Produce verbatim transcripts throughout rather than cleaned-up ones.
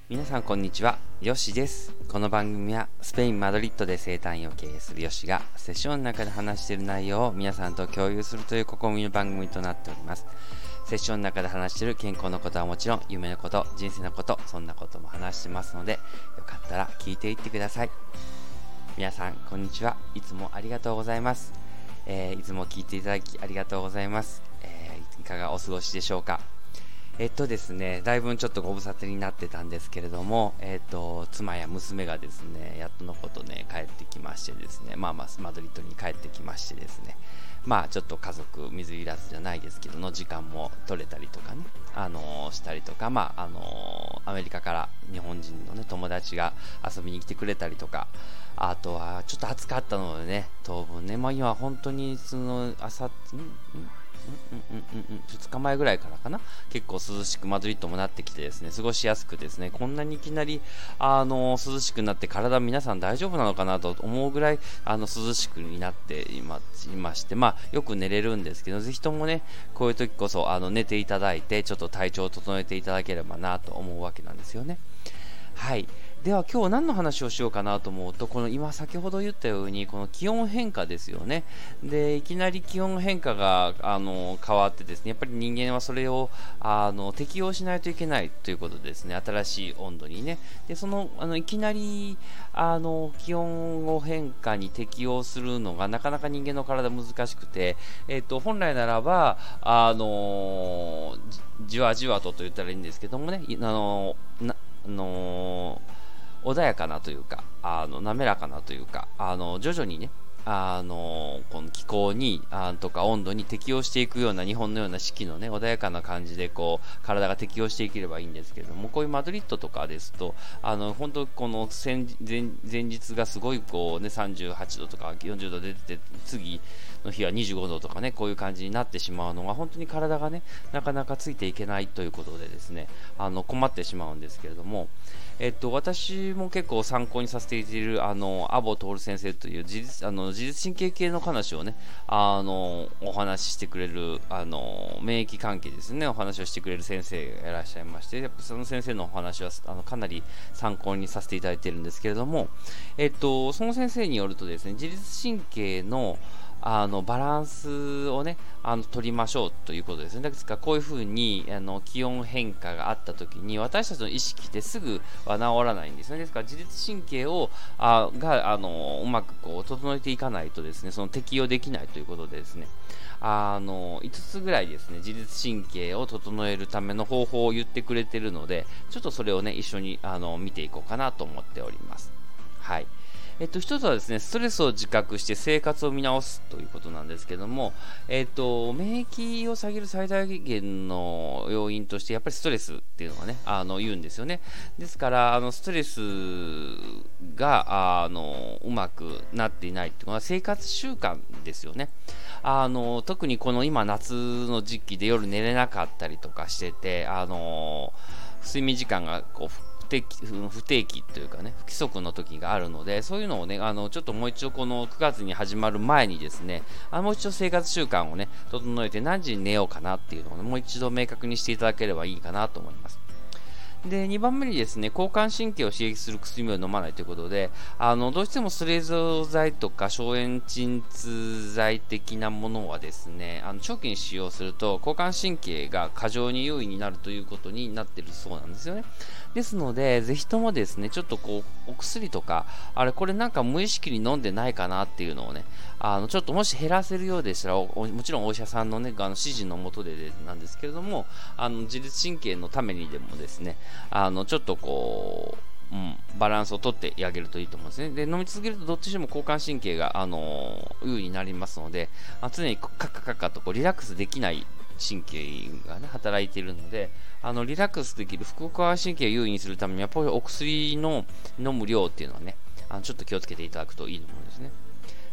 皆さんこんにちは、ヨシです。この番組はスペイン・マドリッドで生誕院を経営するヨシがセッションの中で話している内容を皆さんと共有するという試みの番組となっております。セッションの中で話している健康のことはもちろん、夢のこと、人生のこと、そんなことも話してますので、よかったら聞いていってください。皆さんこんにちは、いつもありがとうございます。えー、いつも聞いていただきありがとうございます。えー、いかがお過ごしでしょうか。えっとですね、だいぶちょっとご無沙汰になってたんですけれども、えっと、妻や娘がですね、やっとのことね、帰ってきましてですね、まあまあ、マドリッドに帰ってきましてですね、まあちょっと家族水入らずじゃないですけどの時間も取れたりとかね、あのー、したりとか、まああのー、アメリカから日本人のね、友達が遊びに来てくれたりとか、あとはちょっと暑かったのでね、当分ね、まあ今本当にその朝、んんうんうんうんうん、ふつかまえぐらいからかな、結構涼しくマドリッドもなってきてですね、過ごしやすくですね、こんなにいきなりあの涼しくなって体皆さん大丈夫なのかなと思うぐらいあの涼しくになっていまして、まあよく寝れるんですけど、ぜひともね、こういう時こそあの寝ていただいて、ちょっと体調を整えていただければなと思うわけなんですよね。はい。では今日何の話をしようかなと思うと、この今先ほど言ったようにこの気温変化ですよね。でいきなり気温変化があの変わってですね、やっぱり人間はそれをあの適応しないといけないということですね。新しい温度にね。でそのあのいきなりあの気温を変化に適応するのがなかなか人間の体難しくて、えっと本来ならばあのじ、じわじわとと言ったらいいんですけどもね、あのなあのー穏やかなというか、あの滑らかなというか、あの徐々にね、あのこの気候にあとか温度に適応していくような日本のような四季のね穏やかな感じでこう体が適応していければいいんですけれども、こういうマドリッドとかですとあの本当この前前日がすごいこうねさんじゅうはちどとかよんじゅうど出てて、次の日はにじゅうごどとかね、こういう感じになってしまうのが本当に体がねなかなかついていけないということでですね、あの困ってしまうんですけれども、えっと、私も結構参考にさせていただいているあのアボトール先生という自律あの自律神経系の話をね、あのお話ししてくれるあの免疫関係ですね、お話をしてくれる先生がいらっしゃいまして、やっぱその先生のお話はあのかなり参考にさせていただいているんですけれども、えっと、その先生によるとですね、自律神経のあのバランスをねあの取りましょうということですね。ですからこういうふうにあの気温変化があったときに私たちの意識ってすぐは治らないんですね。ですから自律神経をあがあのうまくこう整えていかないとですね、その適用できないということでですね、あのいつつぐらいですね自律神経を整えるための方法を言ってくれているので、ちょっとそれをね一緒にあの見ていこうかなと思っております。はい。えっと、一つはですね、ストレスを自覚して生活を見直すということなんですけども、えっと、免疫を下げる最大限の要因として、やっぱりストレスっていうのがね、あの、言うんですよね。ですから、あの、ストレスが、あの、うまくなっていないっていうのは生活習慣ですよね。あの、特にこの今夏の時期で夜寝れなかったりとかしてて、あの、睡眠時間がこう、不定期、不定期というかね、不規則の時があるので、そういうのをね、あのちょっともう一度このくがつに始まる前にですね、あもう一度生活習慣をね、整えて何時に寝ようかなっていうのを、ね、もう一度明確にしていただければいいかなと思います。でにばんめにですね、交感神経を刺激する薬を飲まないということで、あのどうしてもストレゾ剤とか消炎鎮痛剤的なものはですね、あの長期に使用すると交感神経が過剰に優位になるということになっているそうなんですよね。ですので、ぜひともですね、ちょっとこうお薬とか、あれこれなんか無意識に飲んでないかなっていうのをね、あのちょっともし減らせるようでしたら、もちろんお医者さんのね、あの指示のもとでなんですけれども、あの自律神経のためにでもですね、あのちょっとこう、うん、バランスをとってあげるといいと思うんですね。で、飲み続けるとどっちでも交感神経が、あのー、優位になりますので、あ常にカッカカッカとこうリラックスできない神経が、ね、働いているので、あのリラックスできる副交感神経を優位にするためにやっぱりお薬の飲む量っていうのはね、あのちょっと気をつけていただくといいと思うんですね。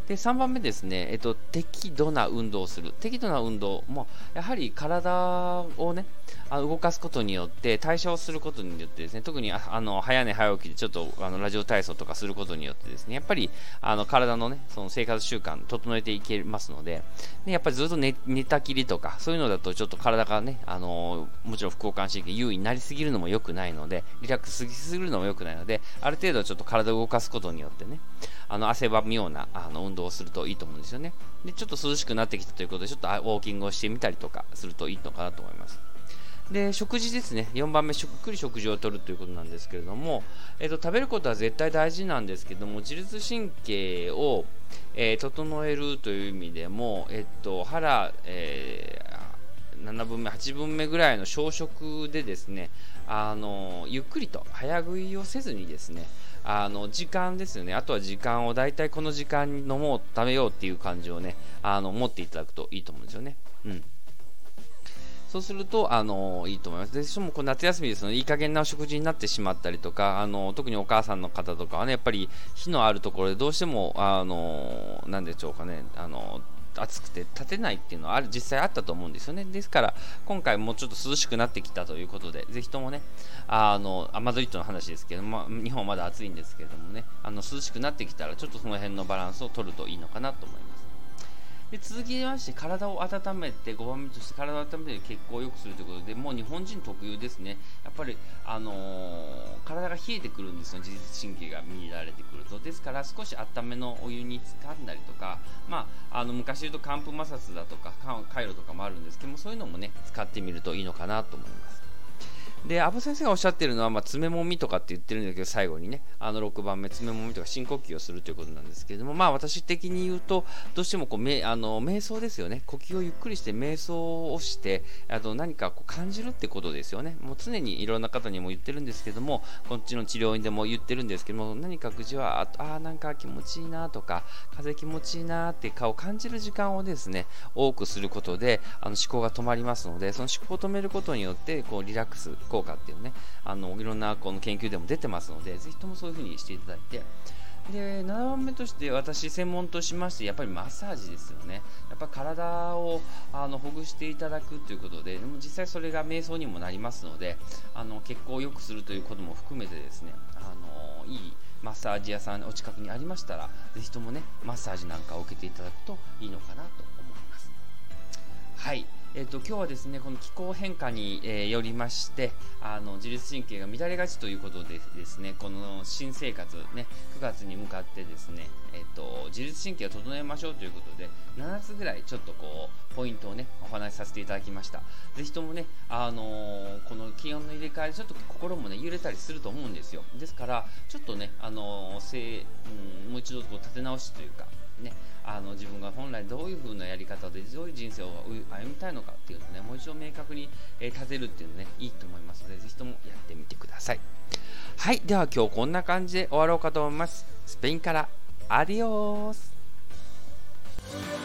でさんばんめですね、えっと、適度な運動をする。適度な運動も、やはり体をね、あの動かすことによって、代謝をすることによってですね、特にああの早寝早起きでちょっとあのラジオ体操とかすることによってですね、やっぱりあの体のね、その生活習慣整えていけますので、ね、やっぱりずっと 寝, 寝たきりとか、そういうのだとちょっと体がね、あのもちろん副交感神経優位になりすぎるのも良くないので、リラックスするのも良くないので、ある程度ちょっと体を動かすことによってね、あの汗ばむようなあの運動をするといいと思うんですよね。で、ちょっと涼しくなってきたということで、ちょっとウォーキングをしてみたりとかするといいのかなと思います。で、食事ですね。よんばんめ、しっくり食事をとるということなんですけれども、えっと、食べることは絶対大事なんですけども、自律神経を、えー、整えるという意味でも、えっと、腹、えー、ななぶんめ、はちぶんめぐらいの小食でですね、あのゆっくりと早食いをせずにですね、あの時間ですよね。あとは時間をだいたいこの時間に飲もう、食べようっていう感じをね、あの持っていただくといいと思うんですよね。うん。そうすると、あのいいと思います。で、しかもこう夏休みですので、いい加減な食事になってしまったりとか、あの特にお母さんの方とかはね、やっぱり火のあるところでどうしても、あのなんでしょうかね、あの暑くて立てないっていうのはある実際あったと思うんですよね。ですから今回もうちょっと涼しくなってきたということで、ぜひともね、あのマドリッドの話ですけども、日本はまだ暑いんですけれどもね、あの涼しくなってきたらちょっとその辺のバランスを取るといいのかなと思います。で、続きまして、体を温めて、ごばんめとして体を温めて血行を良くするということで、もう日本人特有ですね。やっぱり、あのー、体が冷えてくるんですよ、自律神経が乱れてくると。ですから、少し温めのお湯に浸かんだりとか、まあ、あの昔言うと寒風摩擦だとか、カイロとかもあるんですけども、そういうのもね、使ってみるといいのかなと思います。で、阿部先生がおっしゃっているのは、まあ、爪もみとかって言ってるんだけど、最後にね、あのろくばんめ、爪もみとか深呼吸をするということなんですけれども、まあ、私的に言うと、どうしてもこうめあの瞑想ですよね。呼吸をゆっくりして瞑想をして、あと何かこう感じるってことですよね。もう常にいろんな方にも言ってるんですけども、こっちの治療院でも言ってるんですけども、何か口は、ああ、なんか気持ちいいなとか、風気持ちいいなって顔を感じる時間をですね、多くすることで、あの思考が止まりますので、その思考を止めることによって、こうリラックス効果っていうね、あのいろんなこの研究でも出てますので、ぜひともそういう風にしていただいて、でななばんめとして私専門としまして、やっぱりマッサージですよね。やっぱ体をあのほぐしていただくということで、でも実際それが瞑想にもなりますので、あの血行を良くするということも含めてですね、あのいいマッサージ屋さんお近くにありましたら、ぜひともねマッサージなんかを受けていただくといいのかなと思います。はい、えー、と今日はですね、この気候変化に、えー、よりまして、あの自律神経が乱れがちということでですね、この新生活ね、くがつに向かってですね、えー、と自律神経を整えましょうということで、ななつぐらいちょっとこうポイントをねお話しさせていただきました。ぜひともね、あのー、この気温の入れ替えでちょっと心もね揺れたりすると思うんですよ。ですからちょっとね、あのーせうん、もう一度こう立て直しというかね、あの自分が本来どういう風なやり方でどういう人生を歩みたいのかっていうのをね、もう一度明確に、えー、立てるっていうのね、いいと思いますので、ぜひともやってみてください。はい、では今日こんな感じで終わろうかと思います。スペインからアディオース。